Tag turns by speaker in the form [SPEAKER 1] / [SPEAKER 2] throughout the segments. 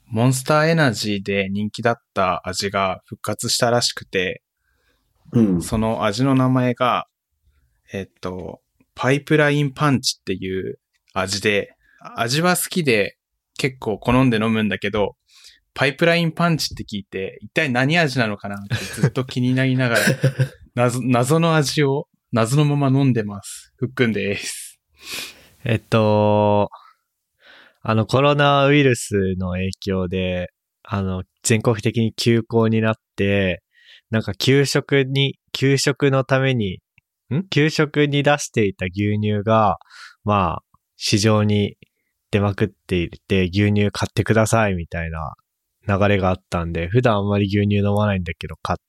[SPEAKER 1] モンスターエナジーで人気だった味が復活したらしくて、
[SPEAKER 2] うん。
[SPEAKER 1] その味の名前が、パイプラインパンチっていう味で、味は好きで結構好んで飲むんだけど、パイプラインパンチって聞いて、一体何味なのかなってずっと気になりながら、謎の味を謎のまま飲んでます。ふっくんです。
[SPEAKER 3] コロナウイルスの影響で、全国的に休校になって、なんか給食のために、給食に出していた牛乳が、まあ、市場に出まくっていて、牛乳買ってくださいみたいな流れがあったんで、普段あんまり牛乳飲まないんだけど買って、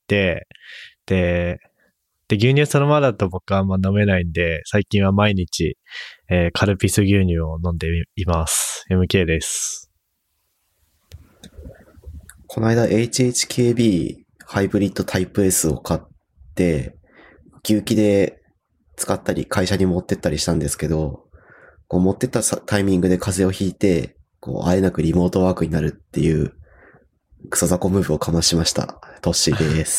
[SPEAKER 3] で、牛乳そのままだと僕はあんま飲めないんで、最近は毎日、カルピス牛乳を飲んでいます。MK です。
[SPEAKER 2] この間 HHKB ハイブリッドタイプ S を買って、牛気で使ったり会社に持ってったりしたんですけど、こう持ってったタイミングで風邪をひいて、こうあえなくリモートワークになるっていうクソザコムーブをかましました。トッシーです。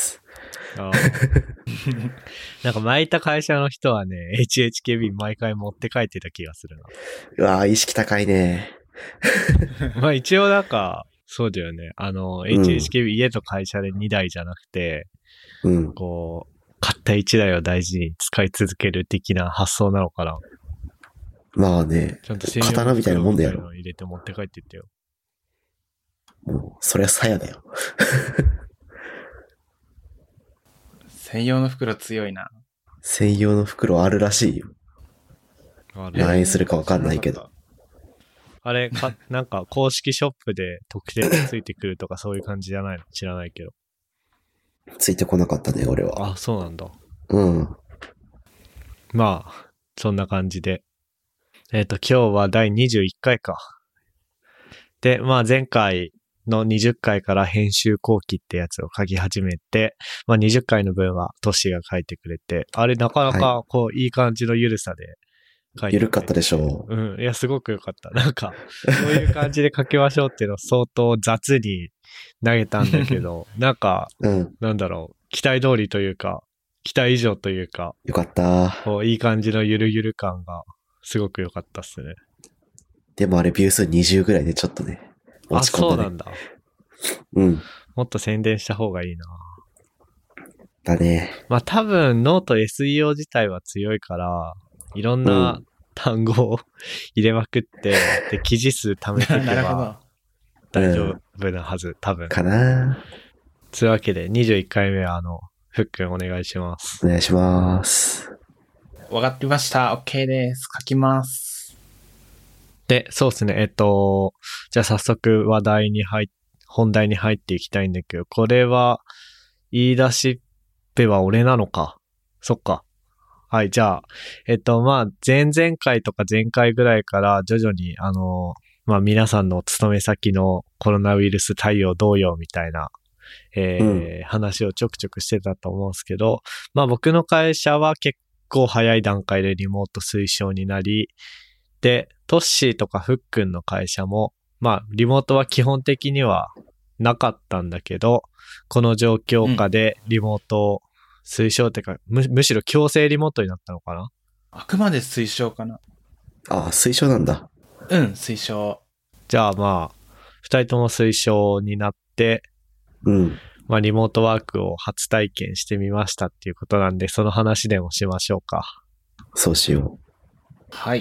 [SPEAKER 3] なんか巻いた会社の人はね、HHKB 毎回持って帰ってた気がするな。
[SPEAKER 2] うわぁ、意識高いね。
[SPEAKER 3] まあ一応なんか、そうだよね。HHKB 家と会社で2台じゃなくて、こう、買った1台を大事に使い続ける的な発想なのかな。
[SPEAKER 2] まあね、
[SPEAKER 3] ちゃんと
[SPEAKER 2] 刀みたいなもんだよ。
[SPEAKER 3] 入れて持って帰ってってよ。
[SPEAKER 2] もう、そりゃ鞘だよ。
[SPEAKER 1] 専用の袋強いな。
[SPEAKER 2] 専用の袋あるらしいよ。何円するかわかんないけど。
[SPEAKER 3] あれなんか公式ショップで特典がついてくるとかそういう感じじゃないの？知らないけど。
[SPEAKER 2] ついてこなかったね、俺は。
[SPEAKER 3] あ、そうなんだ。
[SPEAKER 2] うん。
[SPEAKER 3] まあ、そんな感じで。今日は第21回か。で、まあ前回の20回から編集後期ってやつを書き始めて、まあ20回の分はトシが書いてくれて、あれなかなかこういい感じの緩さで書いてくれて。
[SPEAKER 2] 緩かったでしょ
[SPEAKER 3] う。うん。いや、すごく良かった。なんか、そういう感じで書きましょうっていうのを相当雑に投げたんだけど、なんか、なんだろう、期待通りというか、期待以上というか、
[SPEAKER 2] よかった。
[SPEAKER 3] こういい感じのゆるゆる感がすごく良かったっすね。
[SPEAKER 2] でもあれビュー数20ぐらいでちょっとね、落ち込んだね。
[SPEAKER 3] あ、そうなんだ。
[SPEAKER 2] うん。
[SPEAKER 3] もっと宣伝した方がいいな。
[SPEAKER 2] だね。
[SPEAKER 3] まあ多分ノート SEO 自体は強いから、いろんな単語を入れまくって、で、記事数貯めていけば大丈夫なはず、多分。
[SPEAKER 2] かな。
[SPEAKER 3] というわけで21回目はふっくんお願いします。
[SPEAKER 2] お願いします。
[SPEAKER 1] わかりました。OK です。書きます。
[SPEAKER 3] で、そうですね。じゃあ早速本題に入っていきたいんだけど、これは、言い出しっぺは俺なのか。そっか。はい、じゃあ、まあ、前々回とか前回ぐらいから徐々に、まあ皆さんのお勤め先のコロナウイルス対応どうよみたいな、話をちょくちょくしてたと思うんですけど、まあ僕の会社は結構早い段階でリモート推奨になり、で、トッシーとかフックンの会社も、まあリモートは基本的にはなかったんだけど、この状況下でリモート推奨ってか、むしろ強制リモートになったのかな？
[SPEAKER 1] あくまで推奨かな。
[SPEAKER 2] あ、推奨なんだ。
[SPEAKER 1] うん、推奨。
[SPEAKER 3] じゃあまあ、二人とも推奨になって、まあリモートワークを初体験してみましたっていうことなんで、その話でもしましょうか。
[SPEAKER 2] そうしよ
[SPEAKER 1] う。はい。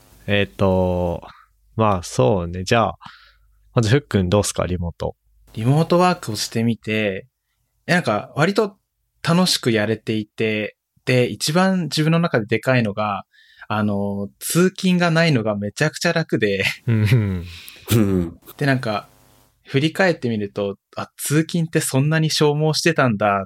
[SPEAKER 3] まあそうね。じゃあ、まずふっくんどうすか、リモート。
[SPEAKER 1] リモートワークをしてみて、なんか割と楽しくやれていて、で、一番自分の中ででかいのが、通勤がないのがめちゃくちゃ楽でで、なんか、振り返ってみると、通勤ってそんなに消耗してたんだって、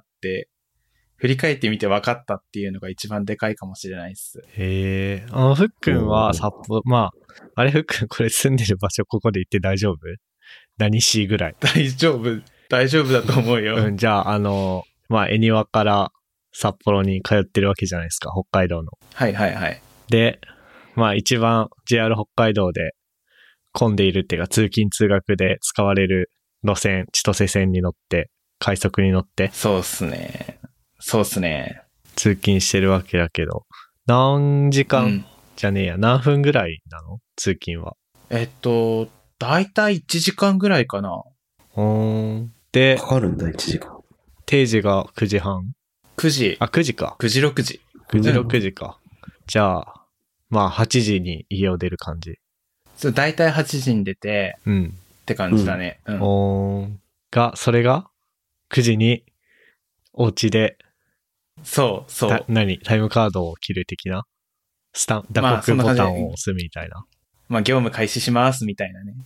[SPEAKER 1] 振り返ってみて分かったっていうのが一番でかいかもしれないです。
[SPEAKER 3] へえ。ふっくんは札幌、まあ、ふっくんこれ住んでる場所ここで行って大丈夫？何市ぐらい？
[SPEAKER 1] 大丈夫だと思うよ。
[SPEAKER 3] じゃあ、まあ、恵庭から札幌に通ってるわけじゃないですか、北海道の。
[SPEAKER 1] はいはいはい。
[SPEAKER 3] で、まあ一番 JR 北海道で、 混んでいるっていうか、通勤通学で使われる路線、千歳線に乗って、快速に乗って、
[SPEAKER 1] そうっすね。そうっすね。
[SPEAKER 3] 通勤してるわけだけど、何時間、
[SPEAKER 1] うん
[SPEAKER 3] じゃねえや、何分ぐらいなの通勤は。
[SPEAKER 1] だいたい1時間ぐらいかな。
[SPEAKER 3] で
[SPEAKER 2] か、かるんだ、1時間。
[SPEAKER 3] 定時が9時半
[SPEAKER 1] 9時。
[SPEAKER 3] あ、9時か。
[SPEAKER 1] 9時6時。
[SPEAKER 3] 9時
[SPEAKER 1] うん
[SPEAKER 3] 6時か。じゃあ、まあ8時に家を出る感じ。
[SPEAKER 1] そう、だいたい8時に出て
[SPEAKER 3] うん。
[SPEAKER 1] って感じだね。うん。
[SPEAKER 3] それが9時にお家で、
[SPEAKER 1] そう、そう。
[SPEAKER 3] タイムカードを切る的な打刻ボタンを押すみたいな。
[SPEAKER 1] まあ、業務開始しますみたいなね。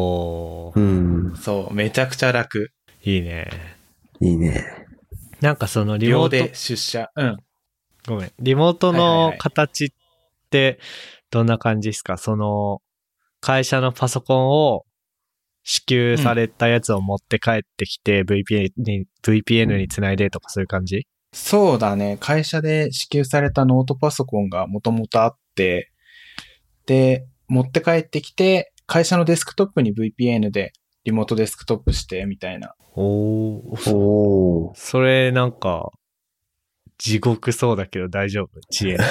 [SPEAKER 1] そう、めちゃくちゃ楽。
[SPEAKER 3] いいね。
[SPEAKER 2] いいね。
[SPEAKER 3] なんかそのリモート。
[SPEAKER 1] 秒で出社。うん。
[SPEAKER 3] ごめん。リモートの形ってどんな感じですか？その、会社のパソコンを支給されたやつを持って帰ってきて、VPN につないでとかそういう感じ？
[SPEAKER 1] そうだね。会社で支給されたノートパソコンがもともとあって、で、持って帰ってきて、会社のデスクトップに VPN でリモートデスクトップしてみたいな。
[SPEAKER 2] おー。
[SPEAKER 3] それなんか、地獄そうだけど大丈夫？知恵。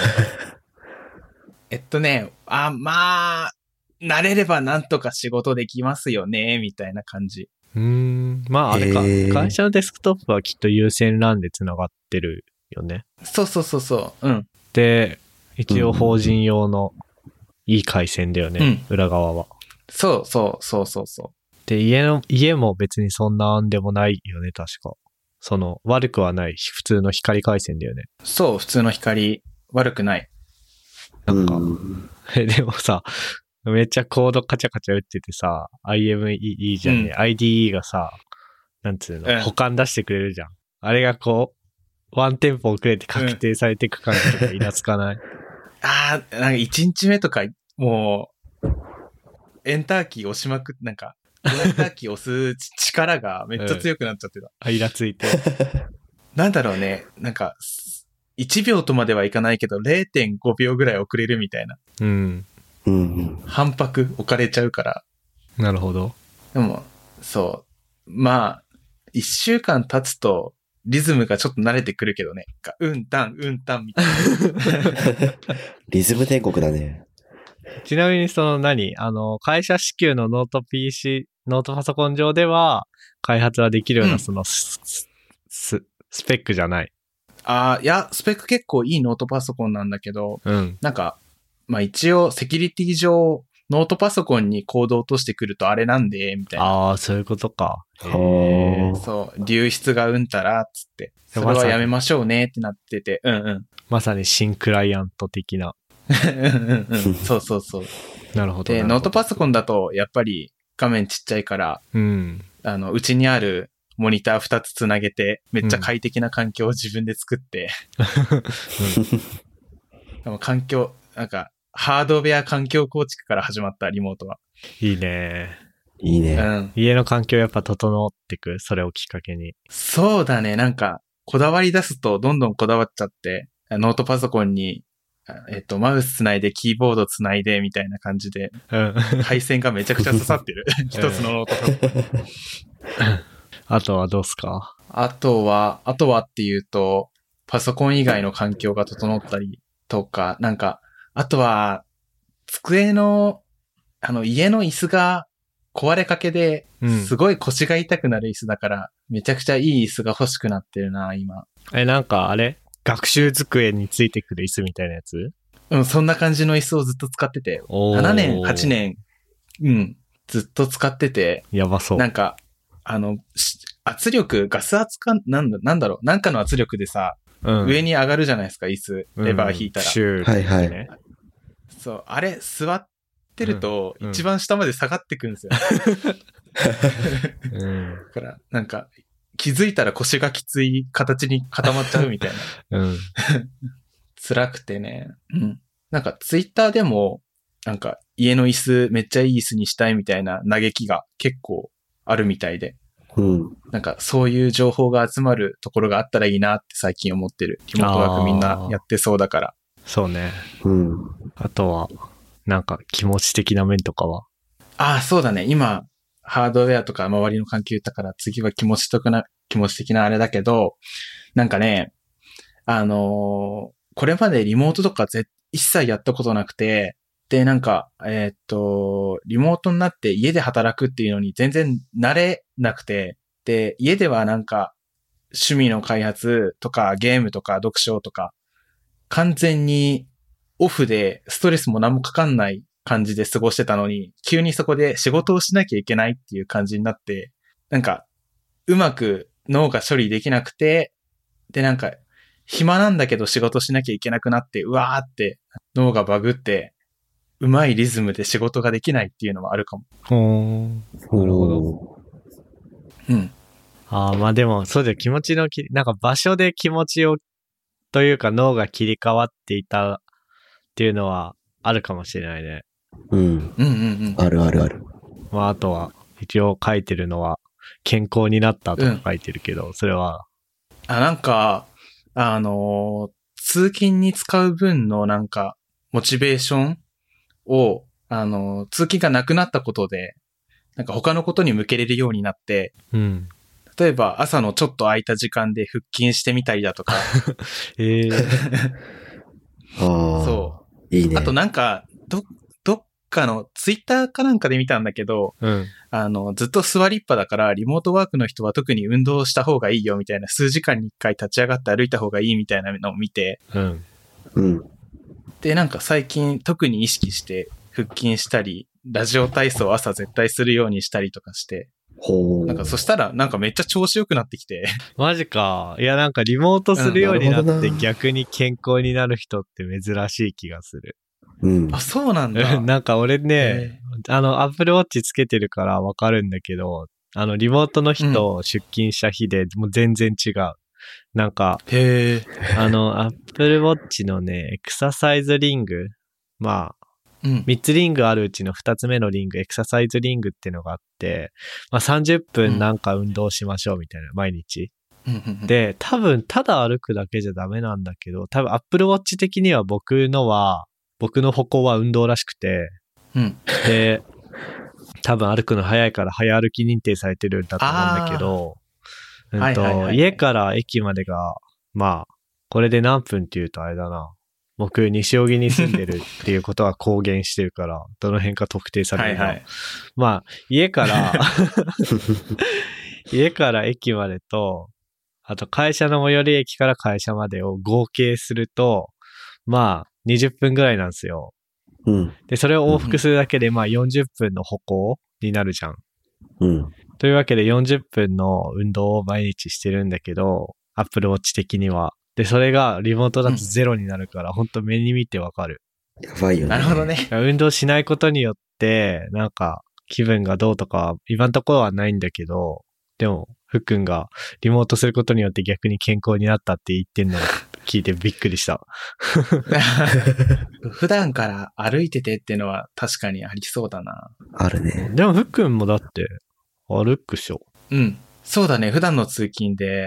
[SPEAKER 1] まあ、慣れればなんとか仕事できますよね、みたいな感じ。
[SPEAKER 3] まああれか。会社のデスクトップはきっと有線 LAN で繋がってるよね。
[SPEAKER 1] そう。うん。
[SPEAKER 3] で、一応法人用のいい回線だよね、裏側は。
[SPEAKER 1] そう。
[SPEAKER 3] で、家も別にそんなんでもないよね、確か。悪くはない普通の光回線だよね。
[SPEAKER 1] そう、普通の光、悪くない。
[SPEAKER 3] なんか、でもさ、めっちゃコードカチャカチャ打っててさ、IME じゃねえ、IDE がさ、なんつうの、保管出してくれるじゃん。あれがこう、ワンテンポ遅れて確定されていく感じとかイラつかない？
[SPEAKER 1] なんか1日目とか、もう、エンターキー押しまくって、なんか、エンターキー押す力がめっちゃ強くなっちゃってた。
[SPEAKER 3] イラついて。
[SPEAKER 1] なんだろうね、なんか、1秒とまではいかないけど、0.5 秒ぐらい遅れるみたいな。反拍置かれちゃうから。
[SPEAKER 3] なるほど。
[SPEAKER 1] でも、そう。まあ、1週間経つと、リズムがちょっと慣れてくるけどね。うんたんみたいな。
[SPEAKER 2] リズム天国だね。
[SPEAKER 3] ちなみに会社支給のノートパソコン上では、開発はできるようなスペックじゃない。
[SPEAKER 1] いや、スペック結構いいノートパソコンなんだけど、なんか、まあ一応セキュリティ上、ノートパソコンにコードを落としてくるとあれなんで、みたいな。
[SPEAKER 3] そういうことか。
[SPEAKER 1] そう、流出がうんたら、つって。それはやめましょうねってなってて、
[SPEAKER 3] まさに新クライアント的な。
[SPEAKER 1] そう。
[SPEAKER 3] なるほど。
[SPEAKER 1] で、ノートパソコンだと、やっぱり画面ちっちゃいから、うちにあるモニター2つつなげて、めっちゃ快適な環境を自分で作って、でもなんか、ハードウェア環境構築から始まったリモートは。
[SPEAKER 3] いいね。
[SPEAKER 2] いいね。
[SPEAKER 3] 家の環境やっぱ整ってく、それをきっかけに。
[SPEAKER 1] そうだね、なんか、こだわり出すとどんどんこだわっちゃって、ノートパソコンに、マウスつないで、キーボードつないで、みたいな感じで、配線がめちゃくちゃ刺さってる。一つのノートパソコン。
[SPEAKER 3] あとはどうすか？
[SPEAKER 1] あとはっていうと、パソコン以外の環境が整ったりとか、なんか、あとは、机の、家の椅子が壊れかけで、すごい腰が痛くなる椅子だから、めちゃくちゃいい椅子が欲しくなってるな、今。
[SPEAKER 3] なんかあれ？学習机についてくる椅子みたいなやつ？
[SPEAKER 1] そんな感じの椅子をずっと使ってて、7年、8年、ずっと使ってて、
[SPEAKER 3] やばそう。
[SPEAKER 1] なんか、圧力、ガス圧か、なんだろう、なんかの圧力でさ、上に上がるじゃないですか、椅子。レバー引いたら。
[SPEAKER 2] はい。
[SPEAKER 1] そう、あれ、座ってると、一番下まで下がってくるんですよ。だから、なんか、気づいたら腰がきつい形に固まっちゃうみたいな。辛くてね。なんか、ツイッターでも、なんか、家の椅子、めっちゃいい椅子にしたいみたいな嘆きが結構あるみたいで。なんか、そういう情報が集まるところがあったらいいなって最近思ってる。リモートワークみんなやってそうだから。
[SPEAKER 3] そうね。あとは、なんか気持ち的な面とかは。
[SPEAKER 1] ああ、そうだね。今、ハードウェアとか周りの環境だから次は気持ち的なあれだけど、なんかね、これまでリモートとか一切やったことなくて、で、なんか、リモートになって家で働くっていうのに全然慣れなくて、で、家ではなんか趣味の開発とかゲームとか読書とか、完全にオフでストレスも何もかかんない感じで過ごしてたのに、急にそこで仕事をしなきゃいけないっていう感じになって、なんか、うまく脳が処理できなくて、で、なんか、暇なんだけど仕事しなきゃいけなくなって、うわーって脳がバグって、うまいリズムで仕事ができないっていうのもあるかも。
[SPEAKER 3] ほーん。なるほど。
[SPEAKER 1] うん。
[SPEAKER 3] ああ、まあでも、そうだよ。なんか場所で気持ちを、というか脳が切り替わっていたっていうのはあるかもしれないね。
[SPEAKER 2] うん。
[SPEAKER 1] うんうんうん。
[SPEAKER 2] あるあるある。
[SPEAKER 3] まああとは、一応書いてるのは、健康になったとか書いてるけど、それは、
[SPEAKER 1] なんか、通勤に使う分のなんか、モチベーションを、通勤がなくなったことで、なんか他のことに向けれるようになって、
[SPEAKER 3] うん。
[SPEAKER 1] 例えば朝のちょっと空いた時間で腹筋してみたりだとか。
[SPEAKER 2] ああ。
[SPEAKER 1] そ
[SPEAKER 2] いいね。
[SPEAKER 1] あとなんか、どっかのツイッターかなんかで見たんだけど、
[SPEAKER 3] うん。
[SPEAKER 1] ずっと座りっぱだから、リモートワークの人は特に運動した方がいいよみたいな、数時間に一回立ち上がって歩いた方がいいみたいなのを見て、
[SPEAKER 3] うん。
[SPEAKER 2] うん。
[SPEAKER 1] で、なんか最近特に意識して腹筋したり、ラジオ体操を朝絶対するようにしたりとかして、
[SPEAKER 2] ほう。
[SPEAKER 1] なんかそしたらなんかめっちゃ調子良くなってきて。
[SPEAKER 3] マジか。いや、なんかリモートするようになって
[SPEAKER 2] なるほどな
[SPEAKER 3] 逆に健康になる人って珍しい気がする。
[SPEAKER 2] うん。
[SPEAKER 1] あ、そうなんだ。
[SPEAKER 3] なんか俺ね、
[SPEAKER 1] へ
[SPEAKER 3] Apple Watch つけてるからわかるんだけど、リモートの日と出勤した日でもう全然違う。なんか、
[SPEAKER 1] へえ。
[SPEAKER 3] Apple Watch のね、エクササイズリング。まあ、
[SPEAKER 1] うん。
[SPEAKER 3] 3つリングあるうちの2つ目のリング、エクササイズリングっていうのがあって、まあ30分なんか運動しましょうみたいな、毎日。で、多分、ただ歩くだけじゃダメなんだけど、多分 Apple Watch 的には僕の歩行は運動らしくて、
[SPEAKER 1] うん。
[SPEAKER 3] で、多分歩くの早いから早歩き認定されてるんだと思うんだけど、
[SPEAKER 1] はいはいはい
[SPEAKER 3] 家から駅までが、まあ、これで何分っていうとあれだな。僕、西荻に住んでるっていうことは公言してるから、どの辺か特定されるな。
[SPEAKER 1] はいはい。
[SPEAKER 3] まあ、家から駅までと、あと会社の最寄り駅から会社までを合計すると、まあ、20分ぐらいなんですよ。
[SPEAKER 2] うん。
[SPEAKER 3] で、それを往復するだけで、まあ40分の歩行になるじゃん。
[SPEAKER 2] うん。
[SPEAKER 3] というわけで40分の運動を毎日してるんだけど、Apple Watch 的には。で、それがリモートだとゼロになるから、ほんと目に見てわかる。
[SPEAKER 2] やばいよね。
[SPEAKER 1] なるほどね。
[SPEAKER 3] 運動しないことによって、なんか気分がどうとか、今のところはないんだけど、でも、ふっくんがリモートすることによって逆に健康になったって言ってんのを聞いてびっくりした。
[SPEAKER 1] 普段から歩いててっていうのは確かにありそうだな。
[SPEAKER 2] あるね。
[SPEAKER 3] でもふっくんもだって歩くっしょ。
[SPEAKER 1] うん。そうだね。普段の通勤で、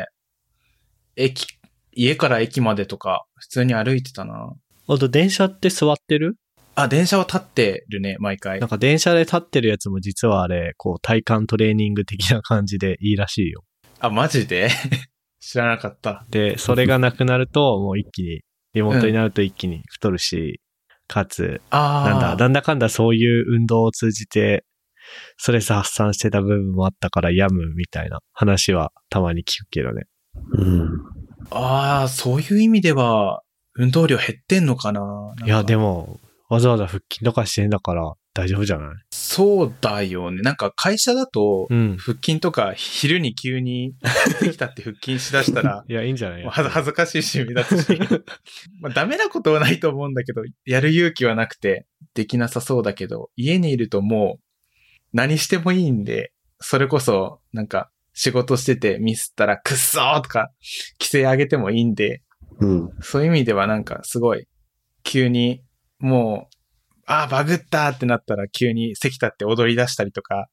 [SPEAKER 1] 家から駅までとか、普通に歩いてたな。
[SPEAKER 3] あと電車って座ってる？
[SPEAKER 1] あ、電車は立ってるね、毎回
[SPEAKER 3] なん。か電車で立ってるやつも実はあれ、こう体幹トレーニング的な感じでいいらしいよ。
[SPEAKER 1] あ、マジで知らなかった。
[SPEAKER 3] で、それがなくなると、もう一気に、リモートになると一気に太るし、かつ、なんだかんだそういう運動を通じて、ストレス発散してた部分もあったから病むみたいな話はたまに聞くけどね。
[SPEAKER 2] うん。
[SPEAKER 1] そういう意味では、運動量減ってんのかな。
[SPEAKER 3] いや、でも、わざわざ腹筋とかしてんだから大丈夫じゃない？
[SPEAKER 1] そうだよね。なんか会社だと、
[SPEAKER 3] うん。
[SPEAKER 1] 腹筋とか昼に急にできたって腹筋しだしたら、
[SPEAKER 3] いや、いいんじゃない？
[SPEAKER 1] もう恥ずかしいし、目立つし。まあ、ダメなことはないと思うんだけど、やる勇気はなくて、できなさそうだけど、家にいるともう、何してもいいんで、それこそ、なんか、仕事しててミスったら、くっそーとか、規制上げてもいいんで、
[SPEAKER 2] うん。
[SPEAKER 1] そういう意味ではなんか、すごい、急に、もう、バグったってなったら、急に席立って踊り出したりとか、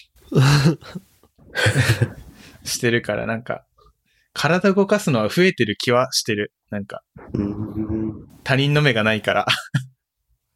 [SPEAKER 1] してるから、なんか、体動かすのは増えてる気はしてる。なんか、
[SPEAKER 2] うん。
[SPEAKER 1] 他人の目がないから。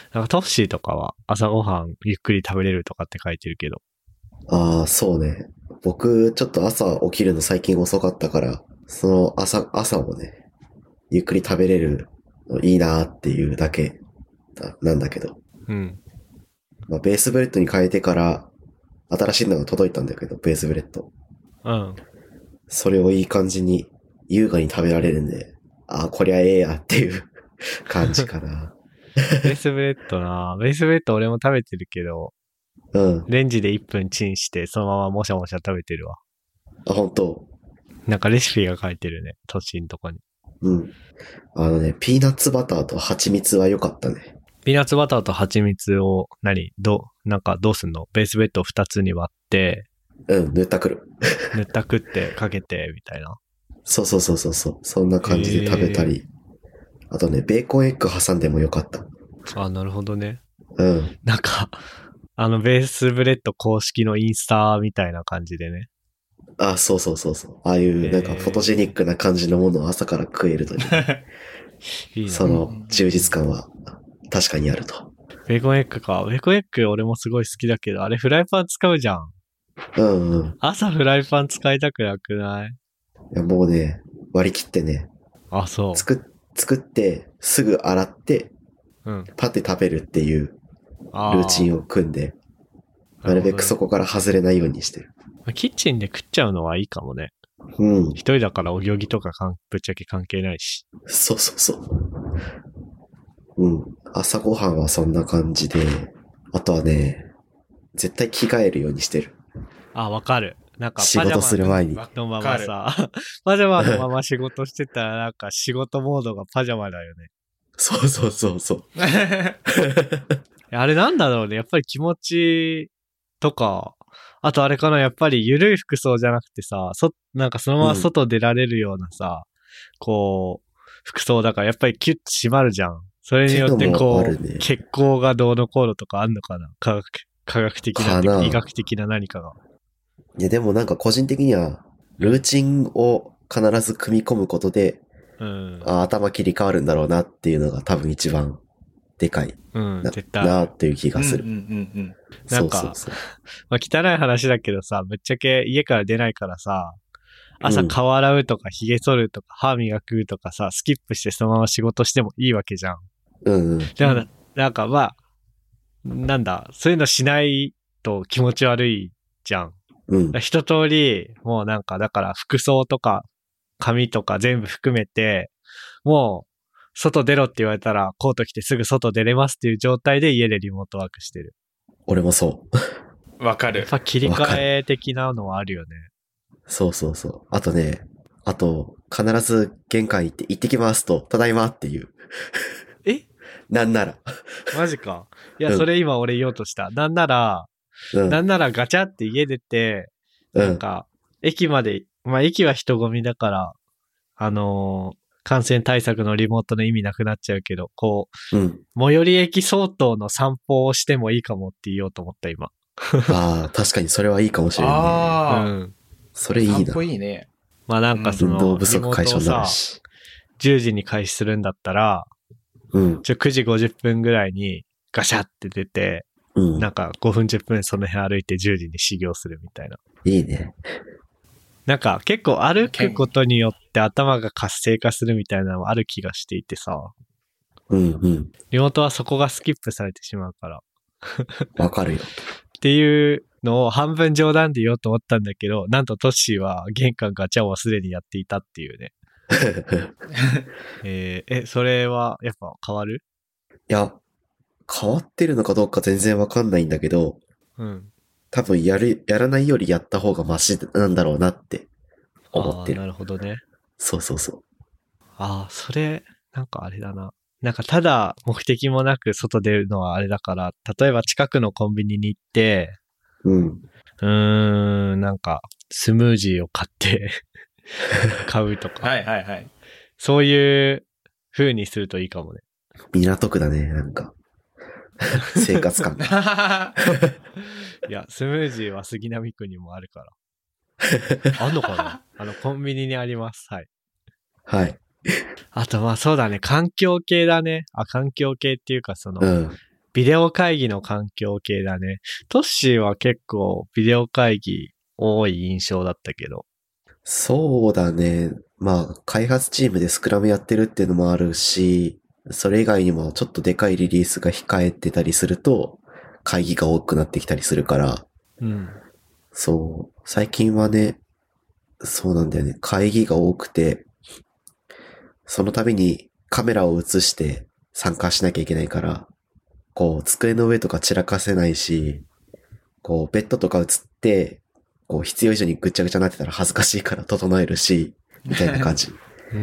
[SPEAKER 3] なんかトッシーとかは朝ごはんゆっくり食べれるとかって書いてるけど。
[SPEAKER 2] ああ、そうね。僕、ちょっと朝起きるの最近遅かったから、その朝をね、ゆっくり食べれるのいいなーっていうだけなんだけど。
[SPEAKER 3] うん。
[SPEAKER 2] まあ、ベースブレッドに変えてから、新しいのが届いたんだけど、ベースブレッド。
[SPEAKER 3] うん。
[SPEAKER 2] それをいい感じに、優雅に食べられるんで、ああ、こりゃええやっていう感じかな。
[SPEAKER 3] ベースブレッドな。ベースブレッド俺も食べてるけど、
[SPEAKER 2] うん。
[SPEAKER 3] レンジで1分チンして、そのままもしゃもしゃ食べてるわ。
[SPEAKER 2] あ、本当。
[SPEAKER 3] なんかレシピが書いてるね。トッシーのとこに。
[SPEAKER 2] うん。ピーナッツバターと蜂蜜は良かったね。
[SPEAKER 3] ピーナッツバターと蜂蜜をなんかどうすんの？ベースブレッドを2つに割って、
[SPEAKER 2] うん、塗ったくる。
[SPEAKER 3] 塗ったくってかけて、みたいな。
[SPEAKER 2] そう。そんな感じで食べたり。あとね、ベーコンエッグ挟んでもよかった。
[SPEAKER 3] あ、なるほどね。
[SPEAKER 2] うん。
[SPEAKER 3] なんか、ベースブレッド公式のインスタみたいな感じでね。
[SPEAKER 2] あ、そう。ああいうなんかフォトジェニックな感じのものを朝から食えるという。
[SPEAKER 3] いいな。
[SPEAKER 2] その充実感は確かにあると。
[SPEAKER 3] ベーコンエッグか。ベーコンエッグ俺もすごい好きだけど、あれフライパン使うじゃん。
[SPEAKER 2] うん。
[SPEAKER 3] 朝フライパン使いたくなくない？
[SPEAKER 2] いやもうね、割り切ってね、
[SPEAKER 3] あ、そう。
[SPEAKER 2] 作ってすぐ洗って
[SPEAKER 3] うん。
[SPEAKER 2] パテ食べるっていう
[SPEAKER 3] あ
[SPEAKER 2] ルーチンを組んで、なるべくそこから外れないようにしてる。
[SPEAKER 3] キッチンで食っちゃうのはいいかもね。
[SPEAKER 2] うん。
[SPEAKER 3] 一人だからお行儀とかぶっちゃけ関係ないし。
[SPEAKER 2] そう。うん。朝ごはんはそんな感じで、あとはね、絶対着替えるようにしてる。
[SPEAKER 3] あ、わかる。なんか
[SPEAKER 2] 仕事する前に。
[SPEAKER 3] のままさ、パジャマのまま仕事してたらなんか仕事モードがパジャマだよね。
[SPEAKER 2] そう。
[SPEAKER 3] あれなんだろうね。やっぱり気持ちとか、あとあれかな、やっぱり緩い服装じゃなくてさ、なんかそのまま外出られるようなさ、こう、服装だからやっぱりキュッと締まるじゃん。それによってこう、
[SPEAKER 2] ね、
[SPEAKER 3] 血行がどうのこうのとかあんのかな？科学的な、医学的な何かが。
[SPEAKER 2] いやでもなんか個人的には、ルーチンを必ず組み込むことで、頭切り替わるんだろうなっていうのが多分一番でかい。絶対。なっていう気がする。
[SPEAKER 3] なんか、まあ、汚い話だけどさ、ぶっちゃけ家から出ないからさ、朝顔洗うとか髭剃るとか歯磨くとかさ、スキップしてそのまま仕事してもいいわけじゃん。だから、なんかまあ、なんだ、そういうのしないと気持ち悪いじゃん。一通り、もうなんか、だから服装とか髪とか全部含めて、もう、外出ろって言われたら、コート着てすぐ外出れますっていう状態で家でリモートワークしてる。
[SPEAKER 2] 俺もそう。
[SPEAKER 1] わかる。
[SPEAKER 3] やっぱ切り替え的なのはあるよね。
[SPEAKER 2] そう。あとね、必ず玄関行ってきますと、ただいまっていう。
[SPEAKER 3] え？
[SPEAKER 2] なんなら。
[SPEAKER 3] マジか。いや、それ今俺言おうとした。なんならガチャって家出て、なんか、駅まで、まあ駅は人混みだから、感染対策のリモートの意味なくなっちゃうけど、こう、最寄り駅相当の散歩をしてもいいかもって言おうと思った、今。
[SPEAKER 2] ああ、確かにそれはいいかもしれないね。それいいな。
[SPEAKER 1] 散歩いいね。
[SPEAKER 3] まあなんかその、
[SPEAKER 2] 運動不足解消になるし。
[SPEAKER 3] 10時に開始するんだったら、9時50分ぐらいにガシャって出て、なんか5分10分その辺歩いて10時に始業するみたいな。
[SPEAKER 2] いいね。
[SPEAKER 3] なんか結構歩くことによって頭が活性化するみたいなのもある気がしていてさ。リモートはそこがスキップされてしまうから。
[SPEAKER 2] わかるよ。
[SPEAKER 3] っていうのを半分冗談で言おうと思ったんだけど、なんとトッシーは玄関ガチャをすでにやっていたっていうね。それはやっぱ変わる？
[SPEAKER 2] いや、変わってるのかどうか全然わかんないんだけど、多分やらないよりやった方がマシなんだろうなって思ってる。
[SPEAKER 3] なるほどね。
[SPEAKER 2] そう。
[SPEAKER 3] それ、なんかあれだな。なんかただ目的もなく外出るのはあれだから、例えば近くのコンビニに行って、なんかスムージーを買って買うとか。そういう風にするといいかもね。
[SPEAKER 2] 港区だね、なんか。生活感。
[SPEAKER 3] いや、スムージーは杉並区にもあるから。あんのかな？コンビニにあります。はい。あと、まあそうだね。環境系だね。環境系っていうか、 ビデオ会議の環境系だね。トッシーは結構ビデオ会議多い印象だったけど。
[SPEAKER 2] そうだね。まあ、開発チームでスクラムやってるっていうのもあるし、それ以外にもちょっとでかいリリースが控えてたりすると、会議が多くなってきたりするから、
[SPEAKER 3] うん。
[SPEAKER 2] そう、最近はね、そうなんだよね。会議が多くて、その度にカメラを映して参加しなきゃいけないから、こう、机の上とか散らかせないし、こう、ベッドとか映って、こう、必要以上にぐっちゃぐちゃになってたら恥ずかしいから整えるし、みたいな感じ。うん。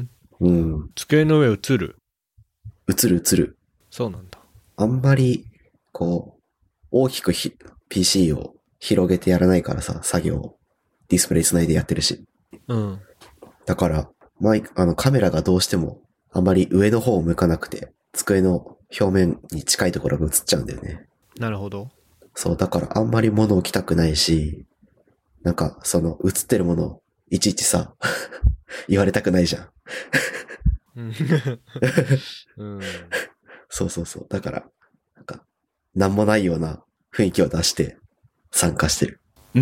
[SPEAKER 3] 机の上映る？
[SPEAKER 2] 映る。
[SPEAKER 3] そうなんだ。
[SPEAKER 2] あんまり、こう、大きくPC を広げてやらないからさ、作業をディスプレイつないでやってるし。
[SPEAKER 3] うん。
[SPEAKER 2] だから、カメラがどうしてもあんまり上の方を向かなくて、机の表面に近いところが映っちゃうんだよね。
[SPEAKER 3] なるほど。
[SPEAKER 2] そう、だからあんまり物置きたくないし、なんか、その映ってるものをいちいちさ、言われたくないじゃん。
[SPEAKER 3] うん。
[SPEAKER 2] そう。だから、なんか、なんもないような雰囲気を出して参加してる。うん。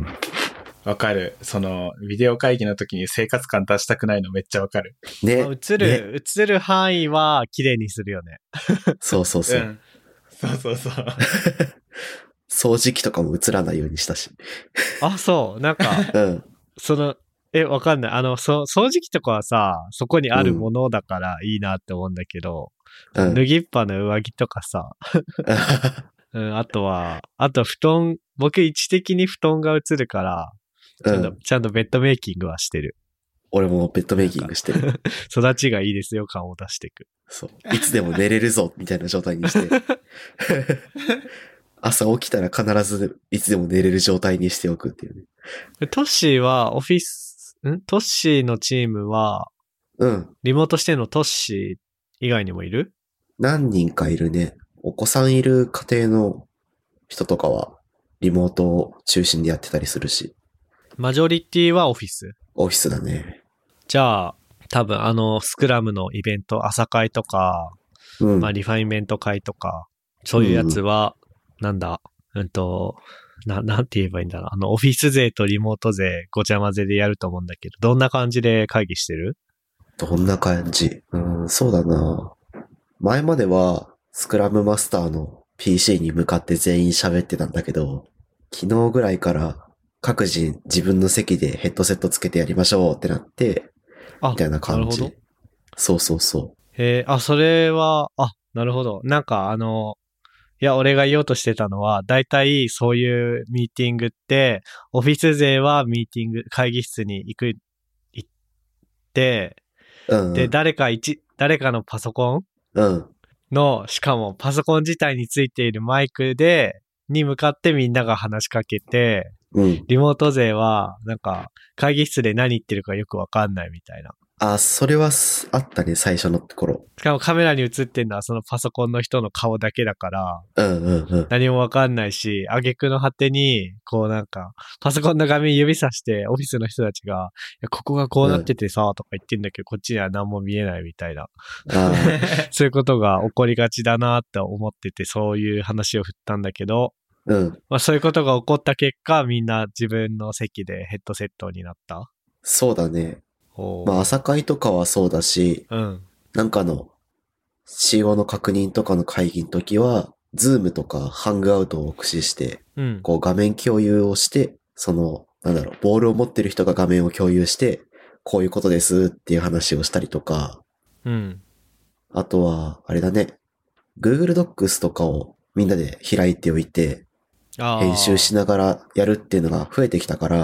[SPEAKER 1] わかる。その、ビデオ会議の時に生活感出したくないのめっちゃわかる。
[SPEAKER 3] ね。映る範囲は綺麗にするよね。
[SPEAKER 2] そう。
[SPEAKER 1] そう。
[SPEAKER 2] 掃除機とかも映らないようにしたし。
[SPEAKER 3] あ、そう。なんか、わかんない。掃除機とかはさ、そこにあるものだからいいなって思うんだけど、脱ぎっぱの上着とかさ、あと布団、僕位置的に布団が映るから、ちゃんとベッドメイキングはしてる。
[SPEAKER 2] 俺もベッドメイキングしてる。
[SPEAKER 3] 育ちがいいですよ感を出していく。
[SPEAKER 2] そう。いつでも寝れるぞ、みたいな状態にして。朝起きたら必ずいつでも寝れる状態にしておくっていうね。
[SPEAKER 3] トッシーはトッシーのチームは、リモートしてのトッシー以外にもいる？
[SPEAKER 2] 何人かいるね。お子さんいる家庭の人とかは、リモートを中心でやってたりするし。
[SPEAKER 3] マジョリティはオフィス？
[SPEAKER 2] オフィスだね。
[SPEAKER 3] じゃあ、多分スクラムのイベント、朝会とか、まあリファインメント会とか、そういうやつは、なんて言えばいいんだろう。オフィス勢とリモート勢ごちゃ混ぜでやると思うんだけど、どんな感じで会議してる？
[SPEAKER 2] どんな感じ？そうだな。前までは、スクラムマスターの PC に向かって全員喋ってたんだけど、昨日ぐらいから各自自分の席でヘッドセットつけてやりましょうってなって、みたいな感じ。なるほど。そう。
[SPEAKER 3] それは、なるほど。なんかいや、俺が言おうとしてたのは、だいたいそういうミーティングって、オフィス勢は会議室に行って、で、誰かのパソコンの、しかもパソコン自体についているマイクに向かってみんなが話しかけて、リモート勢は、なんか、会議室で何言ってるかよくわかんないみたいな。
[SPEAKER 2] それはあったね、最初のところ。
[SPEAKER 3] しかもカメラに映ってんのはそのパソコンの人の顔だけだから、何もわかんないし、挙句の果てに、こうなんか、パソコンの画面指さして、オフィスの人たちが、ここがこうなっててさ、とか言ってんだけど、こっちには何も見えないみたいな。そういうことが起こりがちだなって思ってて、そういう話を振ったんだけど、まあそういうことが起こった結果、みんな自分の席でヘッドセットになった？
[SPEAKER 2] そうだね。まあ朝会とかはそうだし、なんかの仕様の確認とかの会議の時は、ズームとかハングアウトを駆使して、こう画面共有をして、ボールを持ってる人が画面を共有して、こういうことですっていう話をしたりとか、あとは、あれだね、Google Docs とかをみんなで開いておいて、編集しながらやるっていうのが増えてきたから、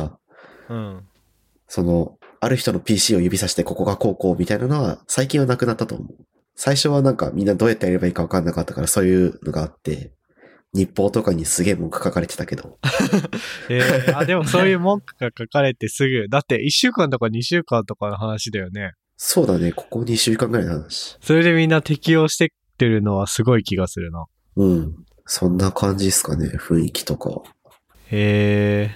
[SPEAKER 2] ある人の PC を指さしてここがこうみたいなのは最近はなくなったと思う。最初はなんかみんなどうやってやればいいか分かんなかったからそういうのがあって、日報とかにすげえ文句書かれてたけど。
[SPEAKER 3] でもそういう文句が書かれてすぐ、だって1週間とか2週間とかの話だよね。
[SPEAKER 2] そうだね、ここ2週間ぐらいの話。
[SPEAKER 3] それでみんな適応してってるのはすごい気がするな。
[SPEAKER 2] そんな感じですかね、雰囲気とか。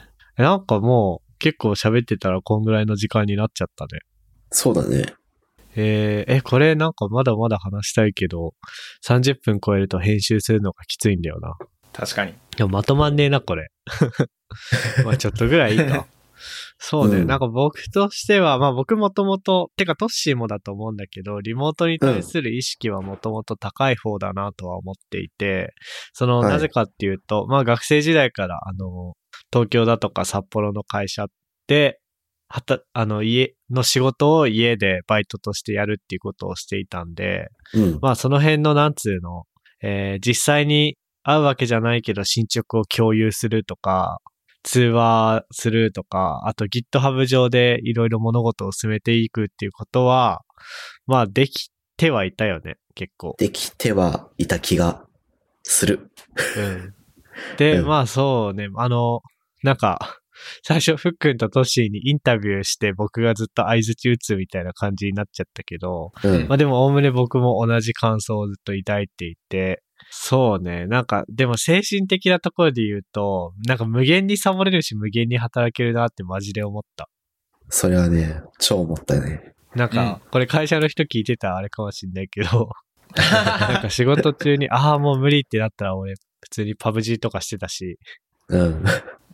[SPEAKER 3] なんかもう結構喋ってたらこんぐらいの時間になっちゃったね。
[SPEAKER 2] そうだね。
[SPEAKER 3] これなんかまだまだ話したいけど、30分超えると編集するのがきついんだよな。
[SPEAKER 1] 確かに。
[SPEAKER 3] でもまとまんねえな、これ。まあちょっとぐらいいいか。そうね、
[SPEAKER 2] うん
[SPEAKER 3] なんか僕としては、まあ僕もともと、てかトッシーもだと思うんだけど、リモートに対する意識はもともと高い方だなとは思っていて、
[SPEAKER 2] はい
[SPEAKER 3] なぜかっていうと、まあ学生時代から東京だとか札幌の会社で、家の仕事を家でバイトとしてやるっていうことをしていたんで、
[SPEAKER 2] うん。
[SPEAKER 3] まあその辺のなんつうの、実際に会うわけじゃないけど進捗を共有するとか、通話するとか、あと GitHub 上でいろいろ物事を進めていくっていうことは、まあできてはいたよね、結構。
[SPEAKER 2] できてはいた気がする。
[SPEAKER 3] うん。で、
[SPEAKER 2] うん
[SPEAKER 3] まあそうね、なんか、最初、ふっくんとトッシーにインタビューして僕がずっと相槌打つみたいな感じになっちゃったけど、
[SPEAKER 2] うん
[SPEAKER 3] まあでも、おおむね僕も同じ感想をずっと抱いていて、そうね。なんか、でも精神的なところで言うと、なんか無限にサボれるし無限に働けるなってマジで思った。
[SPEAKER 2] それはね、超思ったよね。
[SPEAKER 3] なんか、これ会社の人聞いてたらあれかもしんないけど、なんか仕事中に、ああ、もう無理ってなったら俺、普通にパブ G とかしてたし、
[SPEAKER 2] うん。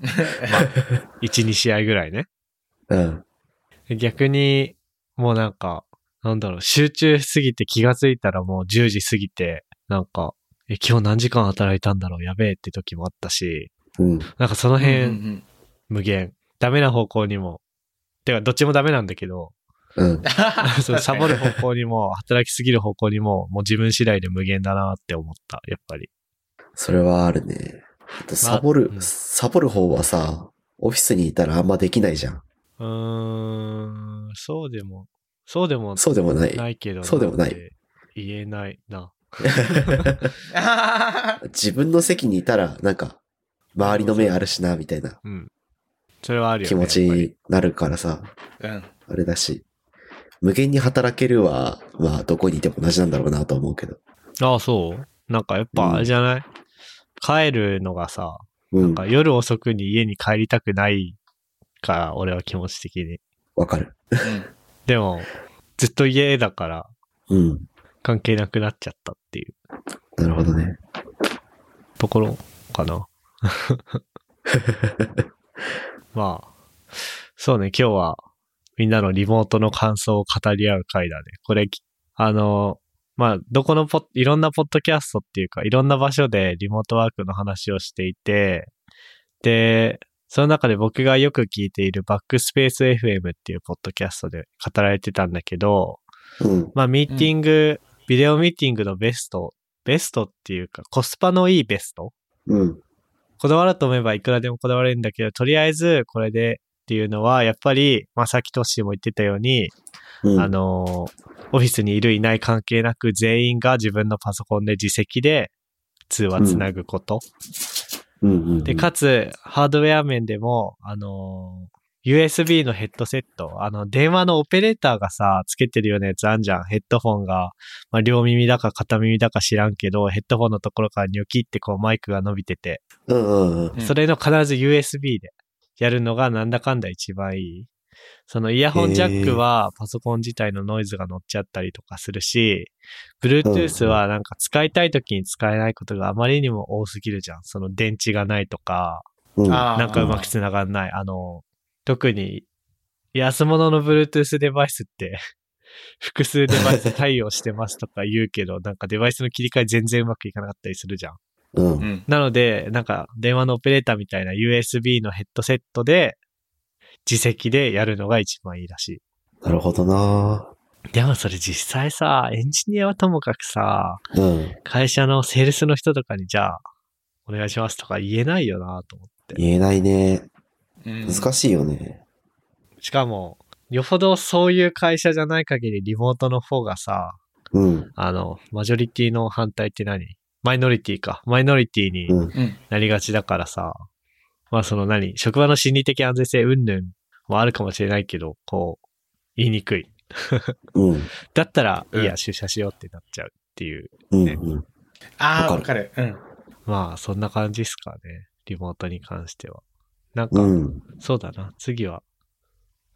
[SPEAKER 3] 1、2試合ぐらいね。
[SPEAKER 2] うん。
[SPEAKER 3] 逆に、もうなんか、なんだろう、集中しすぎて気がついたらもう10時過ぎて、なんか、今日何時間働いたんだろう、やべえって時もあったし、
[SPEAKER 2] うん。
[SPEAKER 3] なんかその
[SPEAKER 1] うん
[SPEAKER 3] 辺、
[SPEAKER 1] うん
[SPEAKER 3] 無限。ダメな方向にも。てか、どっちもダメなんだけど、
[SPEAKER 2] うん。
[SPEAKER 3] そうサボる方向にも、働きすぎる方向にも、もう自分次第で無限だなって思った、やっぱり。
[SPEAKER 2] それはあるね。あとサボる、
[SPEAKER 3] うん
[SPEAKER 2] サボる方はさ、オフィスにいたらあんまできないじゃん。
[SPEAKER 3] そうでも
[SPEAKER 2] そうでもない。
[SPEAKER 3] ないけど、
[SPEAKER 2] そうでもない
[SPEAKER 3] んて言えないな。
[SPEAKER 2] 自分の席にいたら、なんか、周りの目あるしな、みたいな
[SPEAKER 3] うん。それはあるよね。
[SPEAKER 2] 気持ち
[SPEAKER 3] やっぱり
[SPEAKER 2] になるからさ、
[SPEAKER 1] うん。
[SPEAKER 2] あれだし。無限に働けるは、まあ、どこにいても同じなんだろうなと思うけど。
[SPEAKER 3] ああ、そうなんかやっぱあれじゃない、帰るのがさ、
[SPEAKER 2] う
[SPEAKER 3] なんんか夜遅くに家に帰りたくないから、俺は気持ち的に。
[SPEAKER 2] わかる。
[SPEAKER 3] でも、ずっと家だから
[SPEAKER 2] うん。
[SPEAKER 3] 関係なくなっちゃったっていう
[SPEAKER 2] なるほどね。
[SPEAKER 3] ところかな。まあ、そうね、今日はみんなのリモートの感想を語り合う回だね。これ、まあ、いろんなポッドキャストっていうか、いろんな場所でリモートワークの話をしていて、で、その中で僕がよく聞いているバックスペース FM っていうポッドキャストで語られてたんだけど、
[SPEAKER 2] うん。
[SPEAKER 3] まあ、ミーティング、ビデオミーティングのベストっていうか、コスパのいいベスト
[SPEAKER 2] うん。
[SPEAKER 3] こだわろうと思えばいくらでもこだわれるんだけど、とりあえずこれでっていうのは、やっぱり、まあさっきトッシーも言ってたように、
[SPEAKER 2] うん。
[SPEAKER 3] オフィスにいるいない関係なく全員が自分のパソコンで自席で通話つなぐこと。
[SPEAKER 2] うん。うん。
[SPEAKER 3] で、かつ、ハードウェア面でも、USB のヘッドセット、電話のオペレーターがさ、つけてるようなやつあんじゃん。ヘッドフォンが、まあ、両耳だか片耳だか知らんけど、ヘッドフォンのところからニョキってこうマイクが伸びてて、
[SPEAKER 2] うんうんうん。
[SPEAKER 1] うん
[SPEAKER 3] それの必ず USB でやるのがなんだかんだ一番いい。そのイヤホンジャックはパソコン自体のノイズが乗っちゃったりとかするし、Bluetooth はなんか使いたい時に使えないことがあまりにも多すぎるじゃん。その電池がないとか、
[SPEAKER 2] うん。
[SPEAKER 3] なんかうまく繋がんない。特に安物の Bluetooth デバイスって複数デバイス対応してますとか言うけど、なんかデバイスの切り替え全然うまくいかなかったりするじゃん。
[SPEAKER 2] うん。
[SPEAKER 1] うん。
[SPEAKER 3] なので、なんか電話のオペレーターみたいな USB のヘッドセットで自席でやるのが一番いいらし
[SPEAKER 2] なるほどな。
[SPEAKER 3] い。でもそれ実際さ、エンジニアはともかくさ、
[SPEAKER 2] うん。
[SPEAKER 3] 会社のセールスの人とかにじゃあ、お願いしますとか言えないよなと思って。
[SPEAKER 2] 言えないね。
[SPEAKER 1] うん
[SPEAKER 2] 難しいよね。
[SPEAKER 3] しかも、よほどそういう会社じゃない限りリモートの方がさ、
[SPEAKER 2] うん。
[SPEAKER 3] マジョリティの反対って何？マイノリティか。マイノリティに
[SPEAKER 2] うん。
[SPEAKER 1] うん。
[SPEAKER 3] なりがちだからさ、まあ職場の心理的安全性云々もあるかもしれないけど、こう、言いにくい。
[SPEAKER 2] うん。
[SPEAKER 3] だったら、
[SPEAKER 1] うん
[SPEAKER 3] いや、出社しようってなっちゃうっていう。
[SPEAKER 2] うん。
[SPEAKER 3] ね
[SPEAKER 2] うん。
[SPEAKER 1] ああ、
[SPEAKER 2] わ
[SPEAKER 1] わかる。うん。
[SPEAKER 3] まあ、そんな感じっすかね。リモートに関しては。なんか、
[SPEAKER 2] うん。
[SPEAKER 3] そうだな。次は、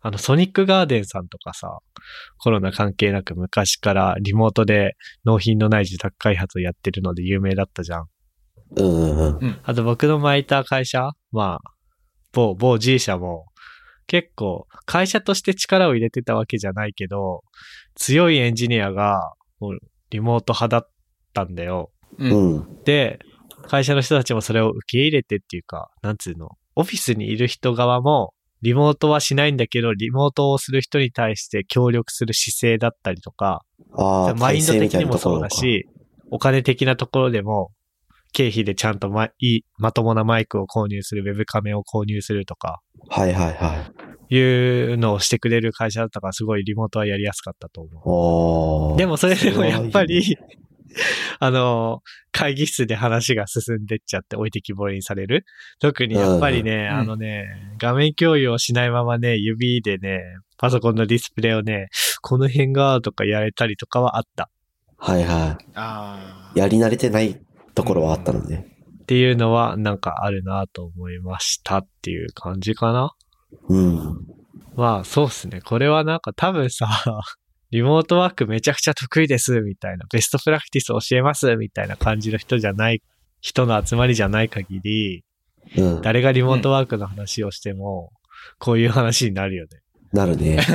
[SPEAKER 3] ソニックガーデンさんとかさ、コロナ関係なく昔からリモートで納品のない自宅開発をやってるので有名だったじゃん。あと僕の前いた会社、まあ、某 G 社も結構会社として力を入れてたわけじゃないけど、強いエンジニアがもうリモート派だったんだよ。で、会社の人たちもそれを受け入れてっていうか、なんつうの、オフィスにいる人側もリモートはしないんだけど、リモートをする人に対して協力する姿勢だったりとか、マインド的にもそうだし、お金的なところでも、経費でちゃんとまともなマイクを購入する、ウェブカメを購入するとか、いうのをしてくれる会社だったからすごいリモートはやりやすかったと思う。でもそれでもやっぱり、会議室で話が進んでっちゃって置いてきぼりにされる。特にやっぱりね、画面共有をしないままね、指でね、パソコンのディスプレイをね、この辺がとかやれたりとかはあった。
[SPEAKER 2] やり慣れてないところはあったのね。
[SPEAKER 3] っていうのはなんかあるなと思いましたっていう感じかな。まあそうっすね。これはなんか多分さ、リモートワークめちゃくちゃ得意ですみたいな、ベストプラクティス教えますみたいな感じの人の集まりじゃない限り、誰がリモートワークの話をしても、こういう話になるよね。
[SPEAKER 2] なるね。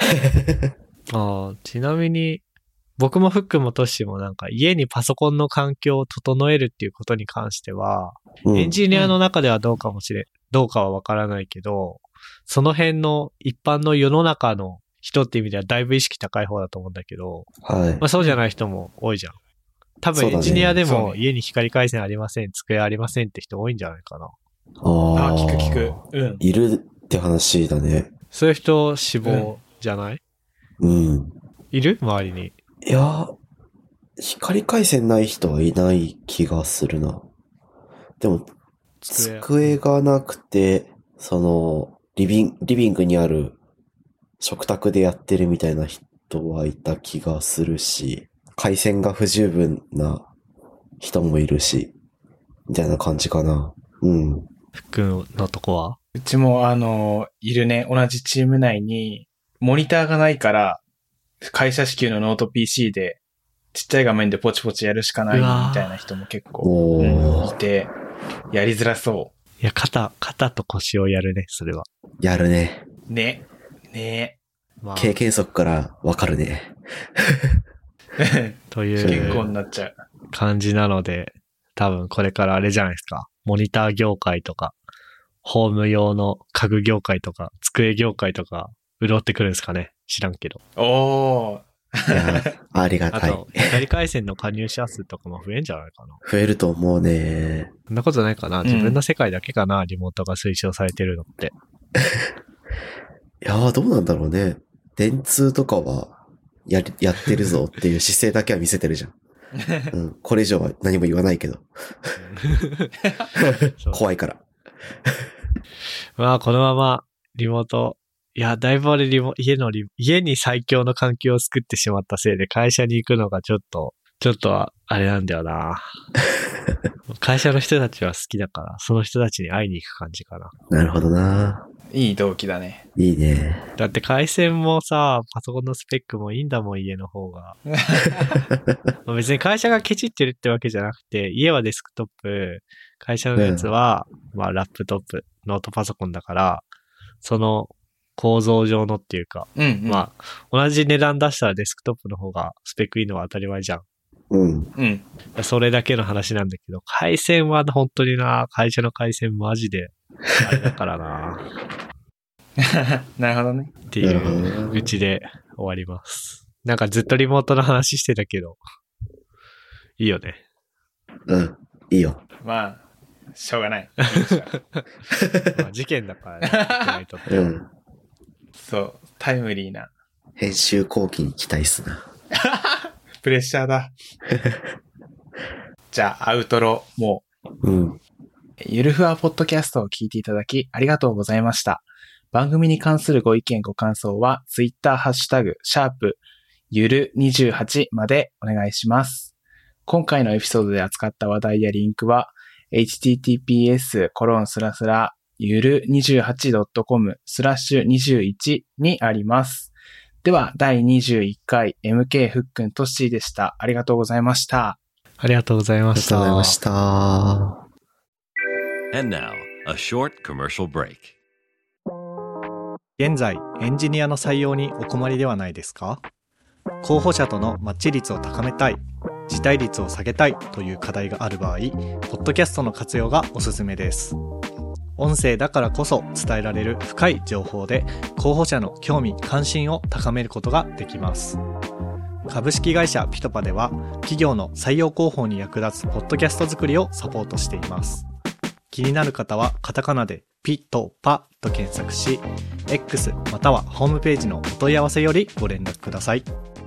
[SPEAKER 3] ちなみに、僕もフックもトッシーもなんか家にパソコンの環境を整えるっていうことに関しては、エンジニアの中ではどうかはわからないけど、その辺の一般の世の中の人っていう意味ではだいぶ意識高い方だと思うんだけど、まあそうじゃない人も多いじゃん。多分エンジニアでも家に光回線ありません、机ありませんって人多いんじゃないかな。
[SPEAKER 1] 聞く。
[SPEAKER 2] いるって話だね。
[SPEAKER 3] そういう人死亡じゃない？いる？周りに。
[SPEAKER 2] いや、光回線ない人はいない気がするな。でも、机がなくて、リビングにある食卓でやってるみたいな人はいた気がするし、回線が不十分な人もいるし、みたいな感じかな。
[SPEAKER 3] 服のとこは？
[SPEAKER 1] うちもいるね。同じチーム内に、モニターがないから、会社支給のノート PC で、ちっちゃい画面でポチポチやるしかないみたいな人も結構いて、やりづらそう。
[SPEAKER 3] いや、肩と腰をやるね、それは。
[SPEAKER 2] やるね。
[SPEAKER 1] ね。
[SPEAKER 2] まあ、経験則からわかるね。
[SPEAKER 3] という
[SPEAKER 1] 結構になっちゃう
[SPEAKER 3] 感じなので、多分これからあれじゃないですか。モニター業界とか、ホーム用の家具業界とか、机業界とか、潤ってくるんですかね。知らんけど。
[SPEAKER 2] いや、ありがたい。
[SPEAKER 3] あと、光回線の加入者数とかも増えんじゃないかな。
[SPEAKER 2] 増えると思うね。
[SPEAKER 3] そんなことないかな。自分の世界だけかな、リモートが推奨されてるのって。
[SPEAKER 2] いやー、どうなんだろうね。電通とかは、やってるぞっていう姿勢だけは見せてるじゃん。これ以上は何も言わないけど。怖いから。
[SPEAKER 3] まあ、このまま、リモート、いや、だいぶ俺家に最強の環境を作ってしまったせいで会社に行くのがちょっとあれなんだよな。会社の人たちは好きだから、その人たちに会いに行く感じかな。
[SPEAKER 2] なるほどな。
[SPEAKER 1] いい動機だね。
[SPEAKER 2] いいね。
[SPEAKER 3] だって回線もさ、パソコンのスペックもいいんだもん、家の方が。別に会社がケチってるってわけじゃなくて、家はデスクトップ、会社のやつは、まあラップトップ、ノートパソコンだから、その構造上のっていうか、まあ同じ値段出したらデスクトップの方がスペックいいのは当たり前じゃん。それだけの話なんだけど、回線は本当にな、会社の回線マジで、あれだからな。
[SPEAKER 1] なるほどね。
[SPEAKER 3] っていううちで終わります。なんかずっとリモートの話してたけど、いいよね。
[SPEAKER 2] いいよ。
[SPEAKER 1] まあ、しょうがない。
[SPEAKER 3] まあ事件だからね。
[SPEAKER 1] そう、タイムリーな。
[SPEAKER 2] 編集後期に期待っすな。
[SPEAKER 1] プレッシャーだ。じゃあ、アウトロもう。ゆるふわポッドキャストを聞いていただきありがとうございました。番組に関するご意見ご感想は、ツイッターハッシュタグ、ゆる28までお願いします。今回のエピソードで扱った話題やリンクは、https:// ゆる 28.com/21 にあります。では、第21回 MK ふっくんとっしーでした。ありがとうございました。
[SPEAKER 3] ありがとうございました。
[SPEAKER 2] ありがとうございました。
[SPEAKER 4] And now, a short commercial break.
[SPEAKER 3] 現在、エンジニアの採用にお困りではないですか？候補者とのマッチ率を高めたい、辞退率を下げたいという課題がある場合、ポッドキャストの活用がおすすめです。音声だからこそ伝えられる深い情報で、候補者の興味・関心を高めることができます。株式会社ピトパでは、企業の採用広報に役立つポッドキャスト作りをサポートしています。気になる方はカタカナでピトパと検索し、X またはホームページのお問い合わせよりご連絡ください。